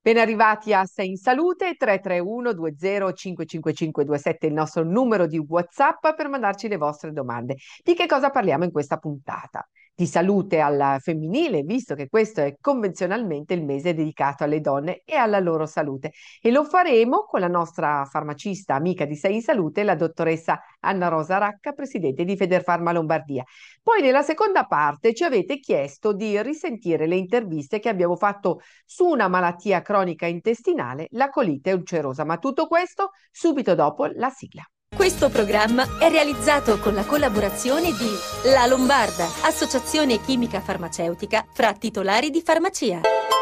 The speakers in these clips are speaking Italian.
Ben arrivati a Sei in Salute, 331 20 55527 il nostro numero di WhatsApp per mandarci le vostre domande. Di che cosa parliamo in questa puntata? Di salute al femminile, visto che questo è convenzionalmente il mese dedicato alle donne e alla loro salute. E lo faremo con la nostra farmacista amica di Sei in Salute, la dottoressa Anna Rosa Racca, presidente di Federfarma Lombardia. Poi nella seconda parte ci avete chiesto di risentire le interviste che abbiamo fatto su una malattia cronica intestinale, la colite ulcerosa. Ma tutto questo subito dopo la sigla. Questo programma è realizzato con la collaborazione di La Lombarda, associazione chimica farmaceutica fra titolari di farmacia.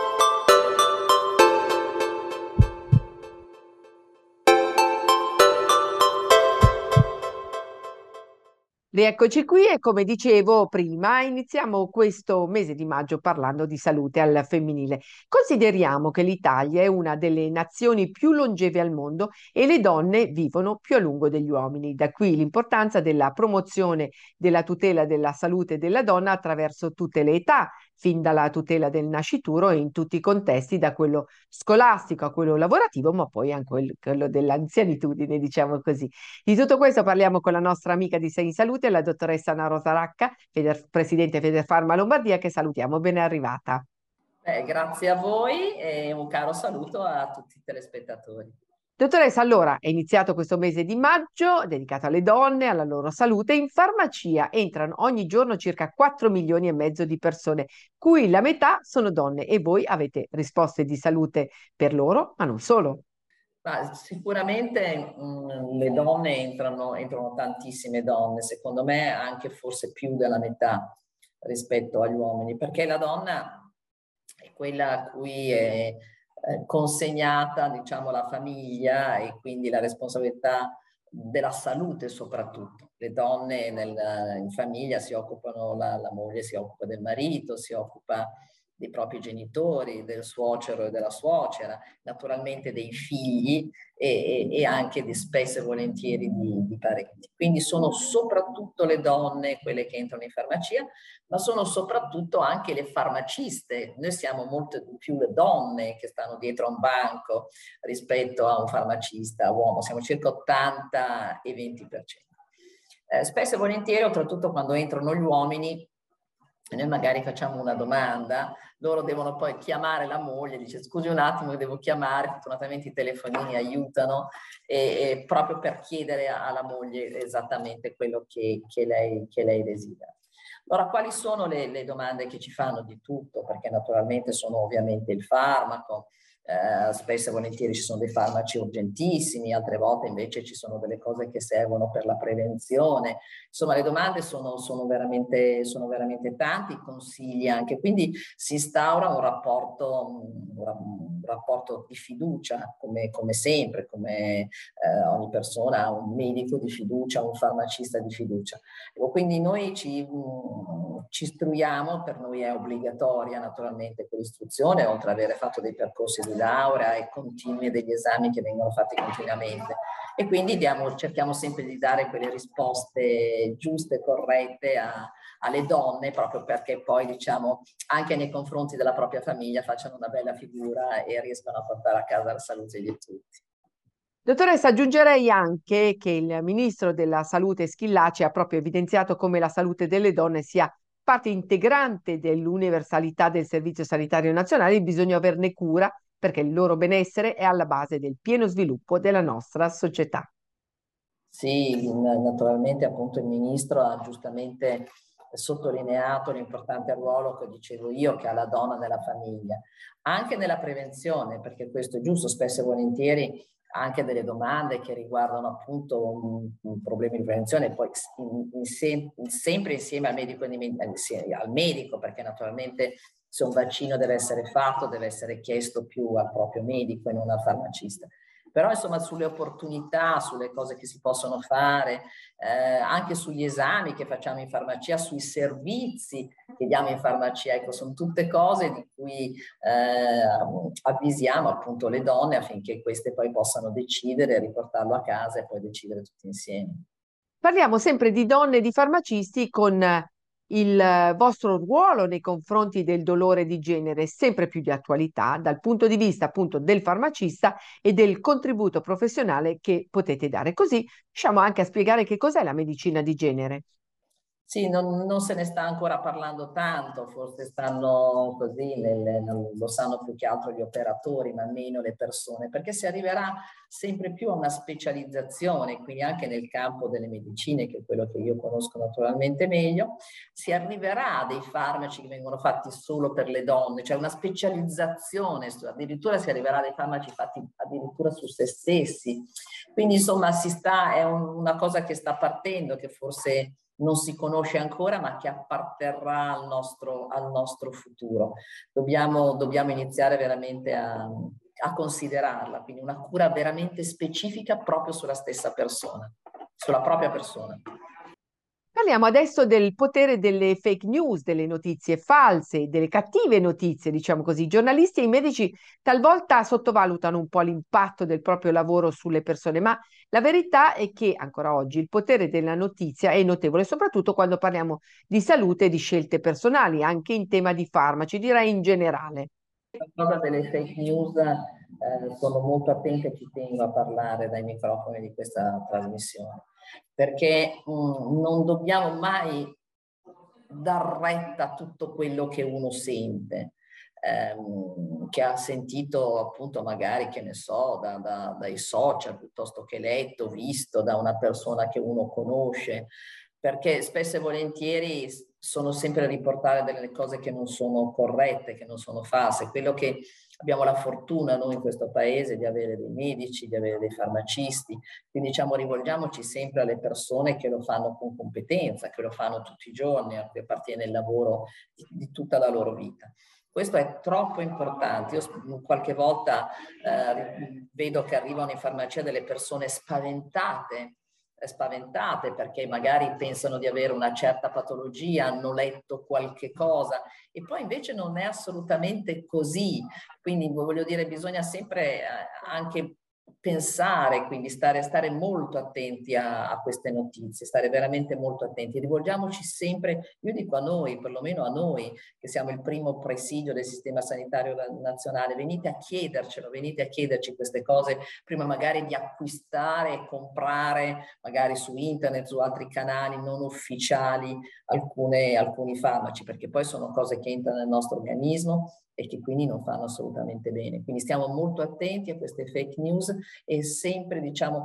Rieccoci qui e come dicevo prima, iniziamo questo mese di maggio parlando di salute al femminile. Consideriamo che l'Italia è una delle nazioni più longeve al mondo e le donne vivono più a lungo degli uomini. Da qui l'importanza della promozione della tutela della salute della donna attraverso tutte le età, fin dalla tutela del nascituro e in tutti i contesti, da quello scolastico a quello lavorativo, ma poi anche quello dell'anzianitudine, diciamo così. Di tutto questo parliamo con la nostra amica di Sei in Salute, la dottoressa Anna Rosa Racca, presidente Federfarma Lombardia, che salutiamo. Ben arrivata. Grazie a voi e un caro saluto a tutti i telespettatori. Dottoressa, allora è iniziato questo mese di maggio dedicato alle donne, alla loro salute. In farmacia entrano ogni giorno circa 4 milioni e mezzo di persone, cui la metà sono donne, e voi avete risposte di salute per loro, ma non solo. Ma sicuramente le donne entrano tantissime donne, secondo me anche forse più della metà rispetto agli uomini, perché la donna è quella a cui è consegnata, diciamo, la famiglia e quindi la responsabilità della salute soprattutto. Le donne in famiglia si occupano, la moglie si occupa del marito, si occupa dei propri genitori, del suocero e della suocera, naturalmente dei figli e anche di spesso e volentieri di parenti. Quindi sono soprattutto le donne quelle che entrano in farmacia, ma sono soprattutto anche le farmaciste. Noi siamo molto di più le donne che stanno dietro a un banco rispetto a un farmacista uomo, siamo circa 80 e 20%. Spesso e volentieri, oltretutto quando entrano gli uomini, noi magari facciamo una domanda, loro devono poi chiamare la moglie, dice scusi un attimo, devo chiamare, fortunatamente i telefonini aiutano, e proprio per chiedere alla moglie esattamente quello che lei desidera. Allora, quali sono le domande che ci fanno? Di tutto, perché naturalmente sono ovviamente il farmaco, spesso e volentieri ci sono dei farmaci urgentissimi, altre volte invece ci sono delle cose che servono per la prevenzione. Insomma, le domande sono veramente tanti, consigli anche, quindi si instaura un rapporto di fiducia, come sempre, come ogni persona ha un medico di fiducia, un farmacista di fiducia. Quindi noi ci istruiamo, per noi è obbligatoria naturalmente quell'istruzione, oltre ad avere fatto dei percorsi di laurea e continui degli esami che vengono fatti continuamente. E quindi cerchiamo sempre di dare quelle risposte giuste e corrette alle donne, proprio perché poi, diciamo, anche nei confronti della propria famiglia facciano una bella figura e riescano a portare a casa la salute di tutti. Dottoressa, aggiungerei anche che il ministro della Salute Schillaci ha proprio evidenziato come la salute delle donne sia parte integrante dell'universalità del Servizio Sanitario Nazionale e bisogna averne cura perché il loro benessere è alla base del pieno sviluppo della nostra società. Sì, naturalmente appunto il ministro ha giustamente sottolineato l'importante ruolo che dicevo io che ha la donna nella famiglia, anche nella prevenzione, perché questo è giusto, spesso e volentieri anche delle domande che riguardano appunto un problema di prevenzione, poi sempre insieme al medico, perché naturalmente se un vaccino deve essere fatto deve essere chiesto più al proprio medico e non al farmacista. Però insomma sulle opportunità, sulle cose che si possono fare, anche sugli esami che facciamo in farmacia, sui servizi che diamo in farmacia, ecco, sono tutte cose di cui avvisiamo appunto le donne affinché queste poi possano decidere, riportarlo a casa e poi decidere tutti insieme. Parliamo sempre di donne e di farmacisti con il vostro ruolo nei confronti del dolore di genere è sempre più di attualità dal punto di vista appunto del farmacista e del contributo professionale che potete dare. Così riusciamo anche a spiegare che cos'è la medicina di genere. Sì, non se ne sta ancora parlando tanto, forse stanno così, lo sanno più che altro gli operatori, ma meno le persone, perché si arriverà sempre più a una specializzazione, quindi anche nel campo delle medicine, che è quello che io conosco naturalmente meglio, si arriverà a dei farmaci che vengono fatti solo per le donne, cioè una specializzazione, addirittura si arriverà a dei farmaci fatti addirittura su se stessi. Quindi insomma è una cosa che sta partendo, che forse non si conosce ancora, ma che apparterrà al nostro futuro. Dobbiamo iniziare veramente a considerarla, quindi una cura veramente specifica proprio sulla stessa persona, sulla propria persona. Parliamo adesso del potere delle fake news, delle notizie false, delle cattive notizie, diciamo così. I giornalisti e i medici talvolta sottovalutano un po' l'impatto del proprio lavoro sulle persone, ma la verità è che ancora oggi il potere della notizia è notevole, soprattutto quando parliamo di salute e di scelte personali, anche in tema di farmaci, direi in generale. La cosa delle fake news, sono molto attenta e ci tengo a parlare dai microfoni di questa trasmissione, perché non dobbiamo mai dar retta a tutto quello che uno sente, che ha sentito appunto magari, che ne so, dai social, piuttosto che letto, visto da una persona che uno conosce, perché spesso e volentieri sono sempre a riportare delle cose che non sono corrette, che non sono false. Quello che abbiamo la fortuna noi in questo paese di avere dei medici, di avere dei farmacisti, quindi diciamo rivolgiamoci sempre alle persone che lo fanno con competenza, che lo fanno tutti i giorni, a cui appartiene il lavoro di tutta la loro vita. Questo è troppo importante. Io qualche volta vedo che arrivano in farmacia delle persone spaventate perché magari pensano di avere una certa patologia, hanno letto qualche cosa e poi invece non è assolutamente così. Quindi voglio dire, bisogna sempre anche pensare, quindi stare molto attenti a queste notizie, stare veramente molto attenti. Rivolgiamoci sempre, io dico a noi, perlomeno a noi, che siamo il primo presidio del sistema sanitario nazionale, venite a chiedercelo, venite a chiederci queste cose prima magari di acquistare e comprare magari su internet, su altri canali non ufficiali alcuni farmaci, perché poi sono cose che entrano nel nostro organismo e che quindi non fanno assolutamente bene. Quindi stiamo molto attenti a queste fake news e sempre diciamo,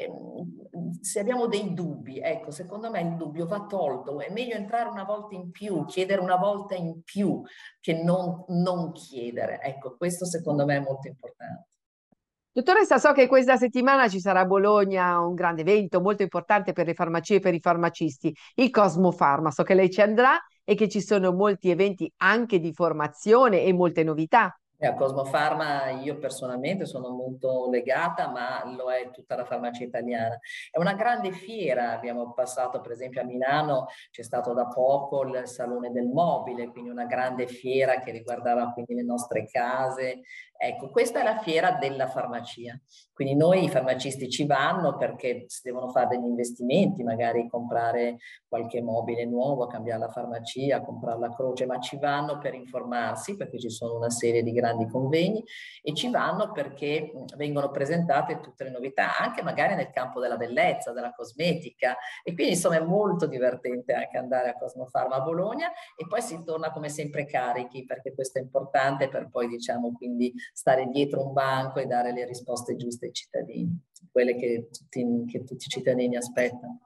se abbiamo dei dubbi, ecco, secondo me il dubbio va tolto, è meglio entrare una volta in più, chiedere una volta in più che non chiedere. Ecco, questo secondo me è molto importante. Dottoressa, so che questa settimana ci sarà a Bologna un grande evento molto importante per le farmacie e per i farmacisti, il Cosmo Pharma. So che lei ci andrà e che ci sono molti eventi anche di formazione e molte novità. A Cosmofarma io personalmente sono molto legata, ma lo è tutta la farmacia italiana. È una grande fiera, abbiamo passato per esempio a Milano, c'è stato da poco il Salone del Mobile, quindi una grande fiera che riguardava quindi le nostre case. Ecco, questa è la fiera della farmacia. Quindi noi i farmacisti ci vanno perché si devono fare degli investimenti, magari comprare qualche mobile nuovo, cambiare la farmacia, comprare la croce, ma ci vanno per informarsi perché ci sono una serie di grandi convegni e ci vanno perché vengono presentate tutte le novità, anche magari nel campo della bellezza, della cosmetica e quindi insomma è molto divertente anche andare a Cosmofarma a Bologna e poi si torna come sempre carichi perché questo è importante per poi diciamo quindi stare dietro un banco e dare le risposte giuste ai cittadini, quelle che tutti i cittadini aspettano.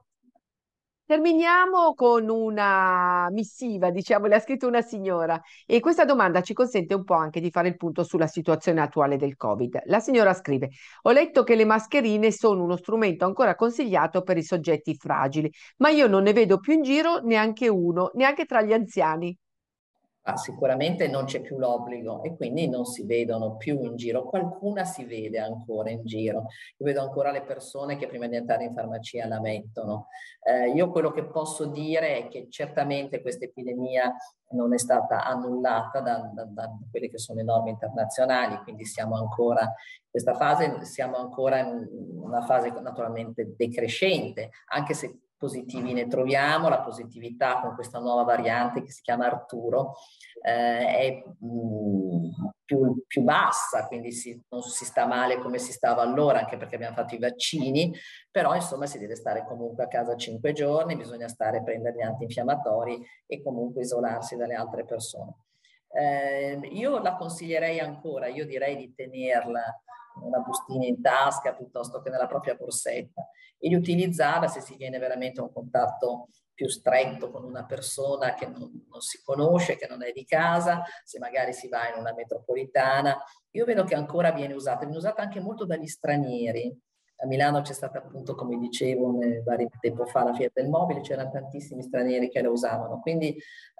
Terminiamo con una missiva, diciamo, le ha scritto una signora e questa domanda ci consente un po' anche di fare il punto sulla situazione attuale del Covid. La signora scrive: Ho letto che le mascherine sono uno strumento ancora consigliato per i soggetti fragili, ma io non ne vedo più in giro neanche uno, neanche tra gli anziani. Sicuramente non c'è più l'obbligo e quindi non si vedono più in giro. Qualcuna si vede ancora in giro. Io vedo ancora le persone che prima di andare in farmacia la mettono. Io quello che posso dire è che certamente questa epidemia non è stata annullata da quelle che sono le norme internazionali, quindi siamo ancora in questa fase, siamo ancora in una fase naturalmente decrescente, anche se positivi ne troviamo. La positività con questa nuova variante che si chiama Arturo è più bassa, quindi non si sta male come si stava allora, anche perché abbiamo fatto i vaccini, però insomma si deve stare comunque a casa 5 giorni, bisogna prendere gli antinfiammatori e comunque isolarsi dalle altre persone. Io la consiglierei ancora, io direi di tenerla una bustina in tasca piuttosto che nella propria borsetta e di utilizzarla se si viene veramente a un contatto più stretto con una persona che non si conosce, che non è di casa, se magari si va in una metropolitana. Io vedo che ancora viene usata anche molto dagli stranieri. A Milano c'è stata appunto, come dicevo, tempo fa la Fiera del Mobile, c'erano tantissimi stranieri che la usavano, quindi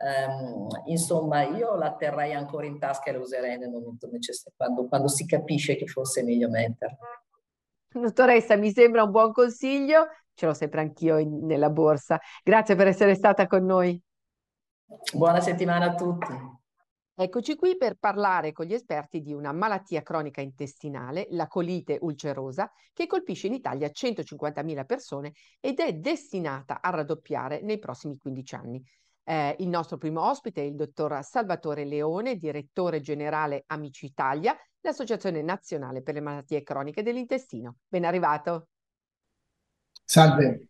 insomma io la terrei ancora in tasca e la userei nel momento necessario, quando si capisce che forse è meglio metterla. Dottoressa, mi sembra un buon consiglio, ce l'ho sempre anch'io nella borsa. Grazie per essere stata con noi. Buona settimana a tutti. Eccoci qui per parlare con gli esperti di una malattia cronica intestinale, la colite ulcerosa, che colpisce in Italia 150.000 persone ed è destinata a raddoppiare nei prossimi 15 anni. Il nostro primo ospite è il dottor Salvatore Leone, direttore generale Amici Italia, l'Associazione Nazionale per le Malattie Croniche dell'Intestino. Ben arrivato. Salve.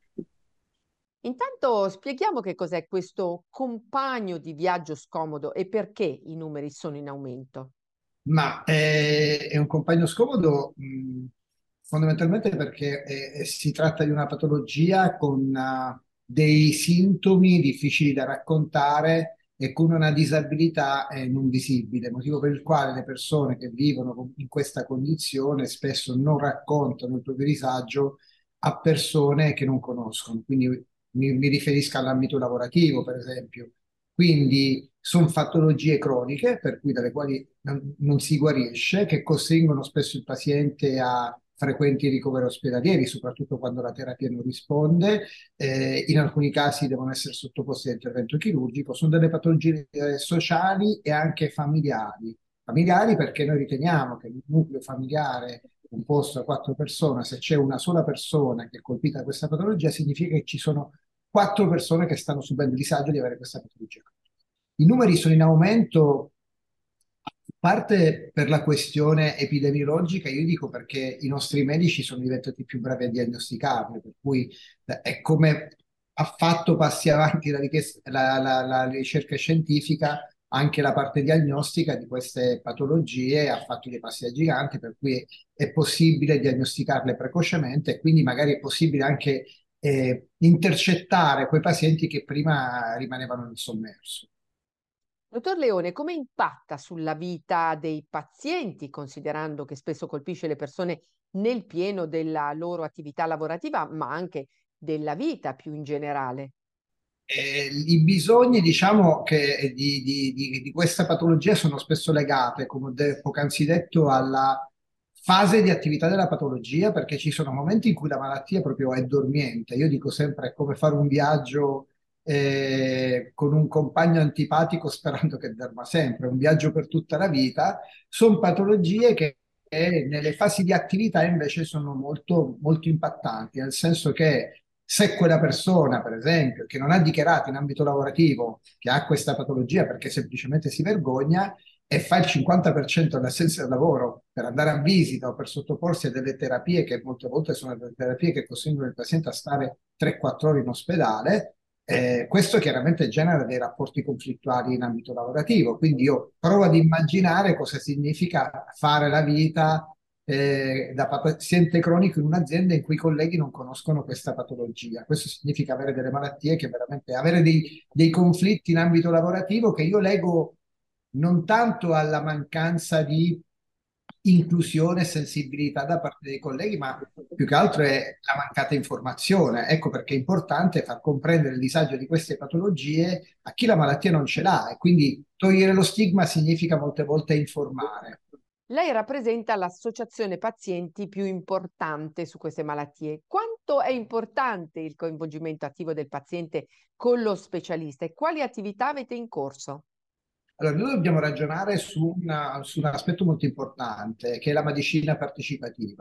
Intanto spieghiamo che cos'è questo compagno di viaggio scomodo e perché i numeri sono in aumento. Ma è un compagno scomodo fondamentalmente perché si tratta di una patologia con dei sintomi difficili da raccontare e con una disabilità non visibile, motivo per il quale le persone che vivono in questa condizione spesso non raccontano il proprio disagio a persone che non conoscono. Quindi mi riferisco all'ambito lavorativo, per esempio. Quindi sono patologie croniche per cui dalle quali non si guarisce, che costringono spesso il paziente a frequenti ricoveri ospedalieri, soprattutto quando la terapia non risponde. In alcuni casi devono essere sottoposti a intervento chirurgico. Sono delle patologie sociali e anche familiari. Familiari perché noi riteniamo che il nucleo familiare composto da 4 persone, se c'è una sola persona che è colpita da questa patologia, significa che ci sono 4 persone che stanno subendo il disagio di avere questa patologia. I numeri sono in aumento, a parte per la questione epidemiologica, io dico perché i nostri medici sono diventati più bravi a diagnosticarle, per cui è come ha fatto passi avanti la ricerca scientifica, anche la parte diagnostica di queste patologie ha fatto dei passi da gigante, per cui è possibile diagnosticarle precocemente e quindi magari è possibile anche intercettare quei pazienti che prima rimanevano nel sommerso. Dottor Leone, come impatta sulla vita dei pazienti, considerando che spesso colpisce le persone nel pieno della loro attività lavorativa, ma anche della vita più in generale? I bisogni, diciamo, che di questa patologia sono spesso legate, come ho poc'anzi detto, alla fase di attività della patologia, perché ci sono momenti in cui la malattia proprio è dormiente. Io dico sempre è come fare un viaggio con un compagno antipatico sperando che dorma sempre, un viaggio per tutta la vita. Sono patologie che nelle fasi di attività invece sono molto, molto impattanti, nel senso che se quella persona, per esempio, che non ha dichiarato in ambito lavorativo che ha questa patologia perché semplicemente si vergogna e fa il 50% dell'assenza del lavoro per andare a visita o per sottoporsi a delle terapie che molte volte sono delle terapie che costringono il paziente a stare 3-4 ore in ospedale, questo chiaramente genera dei rapporti conflittuali in ambito lavorativo. Quindi io provo ad immaginare cosa significa fare la vita da paziente cronico in un'azienda in cui i colleghi non conoscono questa patologia. Questo significa avere delle malattie che veramente avere dei conflitti in ambito lavorativo che io leggo non tanto alla mancanza di inclusione e sensibilità da parte dei colleghi, ma più che altro è la mancata informazione. Ecco perché è importante far comprendere il disagio di queste patologie a chi la malattia non ce l'ha e quindi togliere lo stigma significa molte volte informare. Lei rappresenta l'associazione pazienti più importante su queste malattie. Quanto è importante il coinvolgimento attivo del paziente con lo specialista e quali attività avete in corso? Allora, noi dobbiamo ragionare su un aspetto molto importante, che è la medicina partecipativa.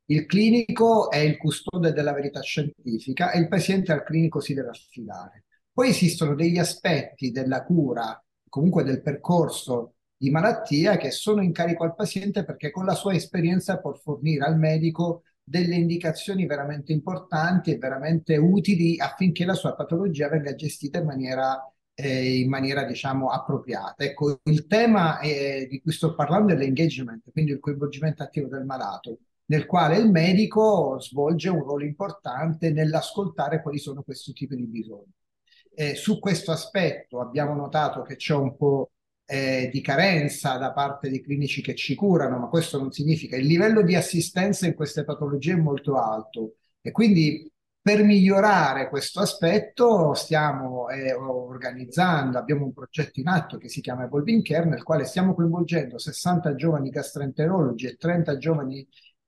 Il clinico è il custode della verità scientifica e il paziente al clinico si deve affidare. Poi esistono degli aspetti della cura, comunque del percorso di malattia, che sono in carico al paziente perché con la sua esperienza può fornire al medico delle indicazioni veramente importanti e veramente utili affinché la sua patologia venga gestita in maniera, diciamo, appropriata. Ecco, il tema di cui sto parlando è l'engagement, quindi il coinvolgimento attivo del malato, nel quale il medico svolge un ruolo importante nell'ascoltare quali sono questi tipi di bisogni. Su questo aspetto abbiamo notato che c'è un po' di carenza da parte dei clinici che ci curano, ma questo non significa il livello di assistenza in queste patologie è molto alto e quindi per migliorare questo aspetto stiamo organizzando, abbiamo un progetto in atto che si chiama Evolving Care, nel quale stiamo coinvolgendo 60 giovani gastroenterologi e 30 giovani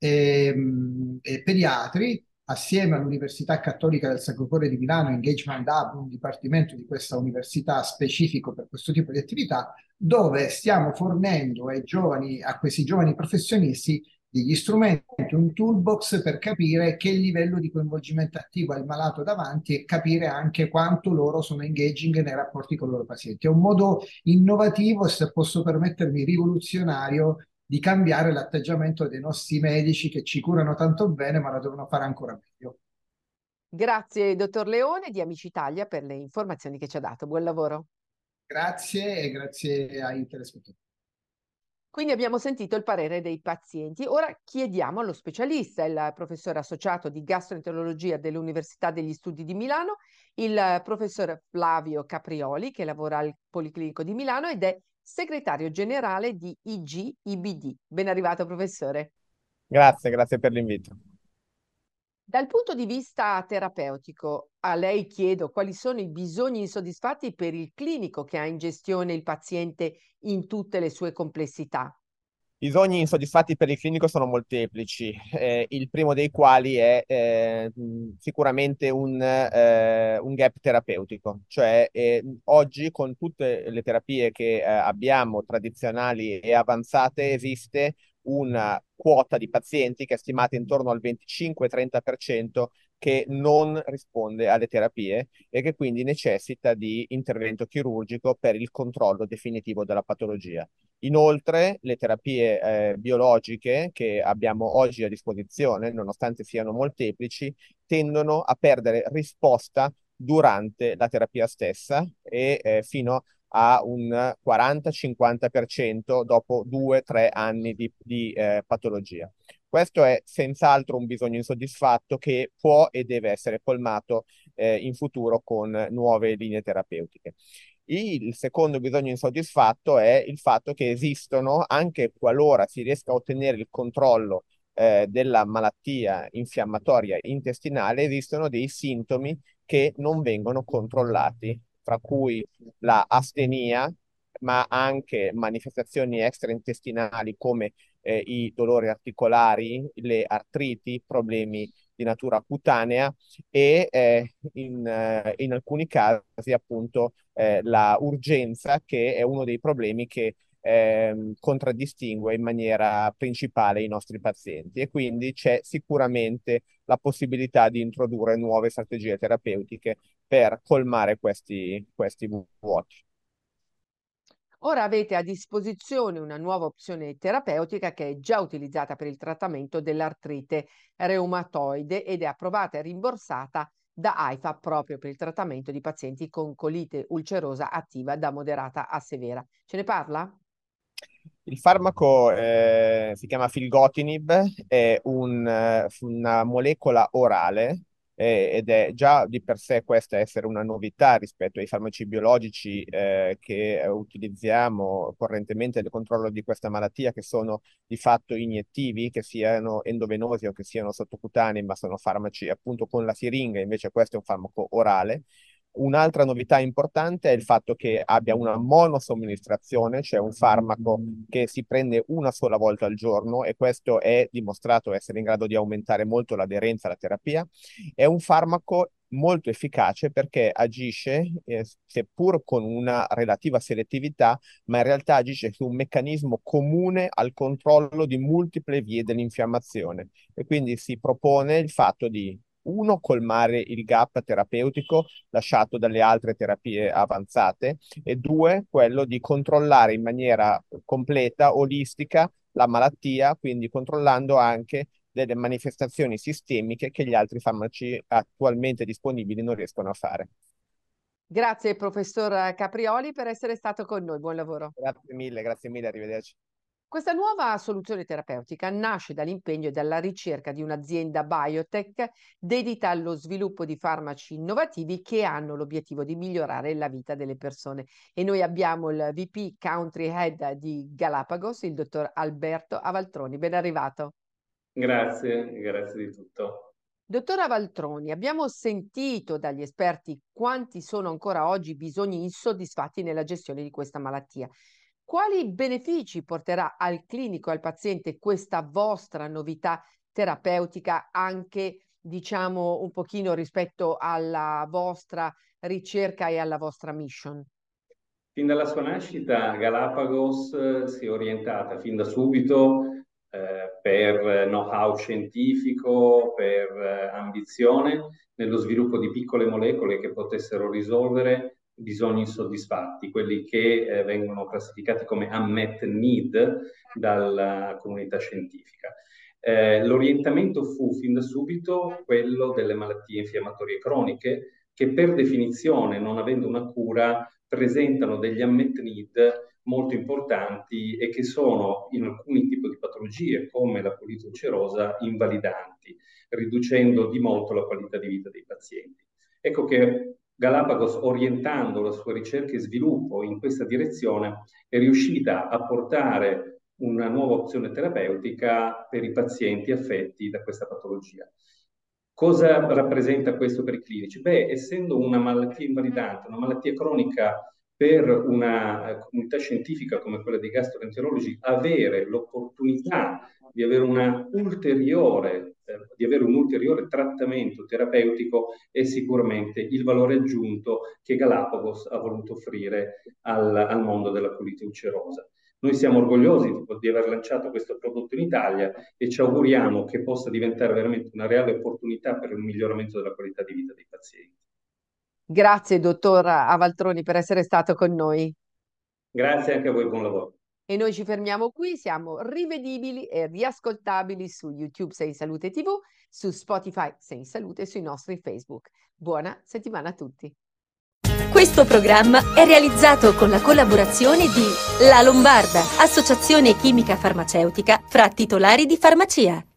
pediatri assieme all'Università Cattolica del Sacro Cuore di Milano, Engagement Hub, un dipartimento di questa università specifico per questo tipo di attività, dove stiamo fornendo a questi giovani professionisti degli strumenti, un toolbox per capire che livello di coinvolgimento attivo ha il malato davanti e capire anche quanto loro sono engaging nei rapporti con i loro pazienti. È un modo innovativo e, se posso permettermi, rivoluzionario di cambiare l'atteggiamento dei nostri medici che ci curano tanto bene, ma la devono fare ancora meglio. Grazie, dottor Leone di Amici Italia, per le informazioni che ci ha dato. Buon lavoro. Grazie e grazie ai telespettatori. Quindi abbiamo sentito il parere dei pazienti. Ora chiediamo allo specialista, il professore associato di gastroenterologia dell'Università degli Studi di Milano, il professor Flavio Caprioli, che lavora al Policlinico di Milano ed è segretario generale di IG-IBD. Ben arrivato, professore. Grazie per l'invito. Dal punto di vista terapeutico, a lei chiedo quali sono i bisogni insoddisfatti per il clinico che ha in gestione il paziente in tutte le sue complessità. I bisogni insoddisfatti per il clinico sono molteplici, il primo dei quali è sicuramente un gap terapeutico, cioè oggi con tutte le terapie che abbiamo, tradizionali e avanzate, esiste una quota di pazienti che è stimata intorno al 25-30% che non risponde alle terapie e che quindi necessita di intervento chirurgico per il controllo definitivo della patologia. Inoltre, le terapie biologiche che abbiamo oggi a disposizione, nonostante siano molteplici, tendono a perdere risposta durante la terapia stessa e fino a un 40-50% dopo 2-3 anni di patologia. Questo è senz'altro un bisogno insoddisfatto che può e deve essere colmato in futuro con nuove linee terapeutiche. Il secondo bisogno insoddisfatto è il fatto che esistono, anche qualora si riesca a ottenere il controllo della malattia infiammatoria intestinale, esistono dei sintomi che non vengono controllati, tra cui la astenia, ma anche manifestazioni extraintestinali come i dolori articolari, le artriti, problemi di natura cutanea e in alcuni casi appunto la urgenza, che è uno dei problemi che contraddistingue in maniera principale i nostri pazienti, e quindi c'è sicuramente la possibilità di introdurre nuove strategie terapeutiche per colmare questi vuoti. Ora avete a disposizione una nuova opzione terapeutica che è già utilizzata per il trattamento dell'artrite reumatoide ed è approvata e rimborsata da AIFA proprio per il trattamento di pazienti con colite ulcerosa attiva da moderata a severa. Ce ne parla? Il farmaco si chiama filgotinib, è una molecola orale ed è già di per sé questa essere una novità rispetto ai farmaci biologici che utilizziamo correntemente nel controllo di questa malattia, che sono di fatto iniettivi, che siano endovenosi o che siano sottocutanei, ma sono farmaci appunto con la siringa. Invece questo è un farmaco orale. Un'altra novità importante è il fatto che abbia una monosomministrazione, cioè un farmaco che si prende una sola volta al giorno, e questo è dimostrato essere in grado di aumentare molto l'aderenza alla terapia. È un farmaco molto efficace perché agisce, seppur con una relativa selettività, ma in realtà agisce su un meccanismo comune al controllo di multiple vie dell'infiammazione e quindi si propone il fatto di uno, colmare il gap terapeutico lasciato dalle altre terapie avanzate e due, quello di controllare in maniera completa, olistica, la malattia, quindi controllando anche delle manifestazioni sistemiche che gli altri farmaci attualmente disponibili non riescono a fare. Grazie, professor Caprioli, per essere stato con noi. Buon lavoro. Grazie mille, arrivederci. Questa nuova soluzione terapeutica nasce dall'impegno e dalla ricerca di un'azienda biotech dedita allo sviluppo di farmaci innovativi che hanno l'obiettivo di migliorare la vita delle persone. E noi abbiamo il VP Country Head di Galapagos, il dottor Alberto Avaltroni. Ben arrivato. Grazie di tutto. Dottora Valtroni, abbiamo sentito dagli esperti quanti sono ancora oggi i bisogni insoddisfatti nella gestione di questa malattia. Quali benefici porterà al clinico e al paziente questa vostra novità terapeutica anche, diciamo, un pochino rispetto alla vostra ricerca e alla vostra mission? Fin dalla sua nascita Galapagos si è orientata fin da subito per know-how scientifico, per ambizione nello sviluppo di piccole molecole che potessero risolvere bisogni insoddisfatti, quelli che vengono classificati come unmet need dalla comunità scientifica. L'orientamento fu fin da subito quello delle malattie infiammatorie croniche che per definizione, non avendo una cura, presentano degli unmet need molto importanti e che sono in alcuni tipi di patologie come la colite ulcerosa invalidanti, riducendo di molto la qualità di vita dei pazienti. Ecco che Galapagos, orientando la sua ricerca e sviluppo in questa direzione, è riuscita a portare una nuova opzione terapeutica per i pazienti affetti da questa patologia. Cosa rappresenta questo per i clinici? Beh, essendo una malattia invalidante, una malattia cronica per una comunità scientifica come quella dei gastroenterologi, avere l'opportunità di avere un ulteriore trattamento terapeutico è sicuramente il valore aggiunto che Galapagos ha voluto offrire al mondo della colite ulcerosa. Noi siamo orgogliosi di aver lanciato questo prodotto in Italia e ci auguriamo che possa diventare veramente una reale opportunità per il miglioramento della qualità di vita dei pazienti. Grazie, dottor Avaltroni, per essere stato con noi. Grazie anche a voi, buon lavoro. E noi ci fermiamo qui, siamo rivedibili e riascoltabili su YouTube Sei in Salute TV, su Spotify Sei in Salute e sui nostri Facebook. Buona settimana a tutti. Questo programma è realizzato con la collaborazione di La Lombarda, associazione chimica farmaceutica fra titolari di farmacia.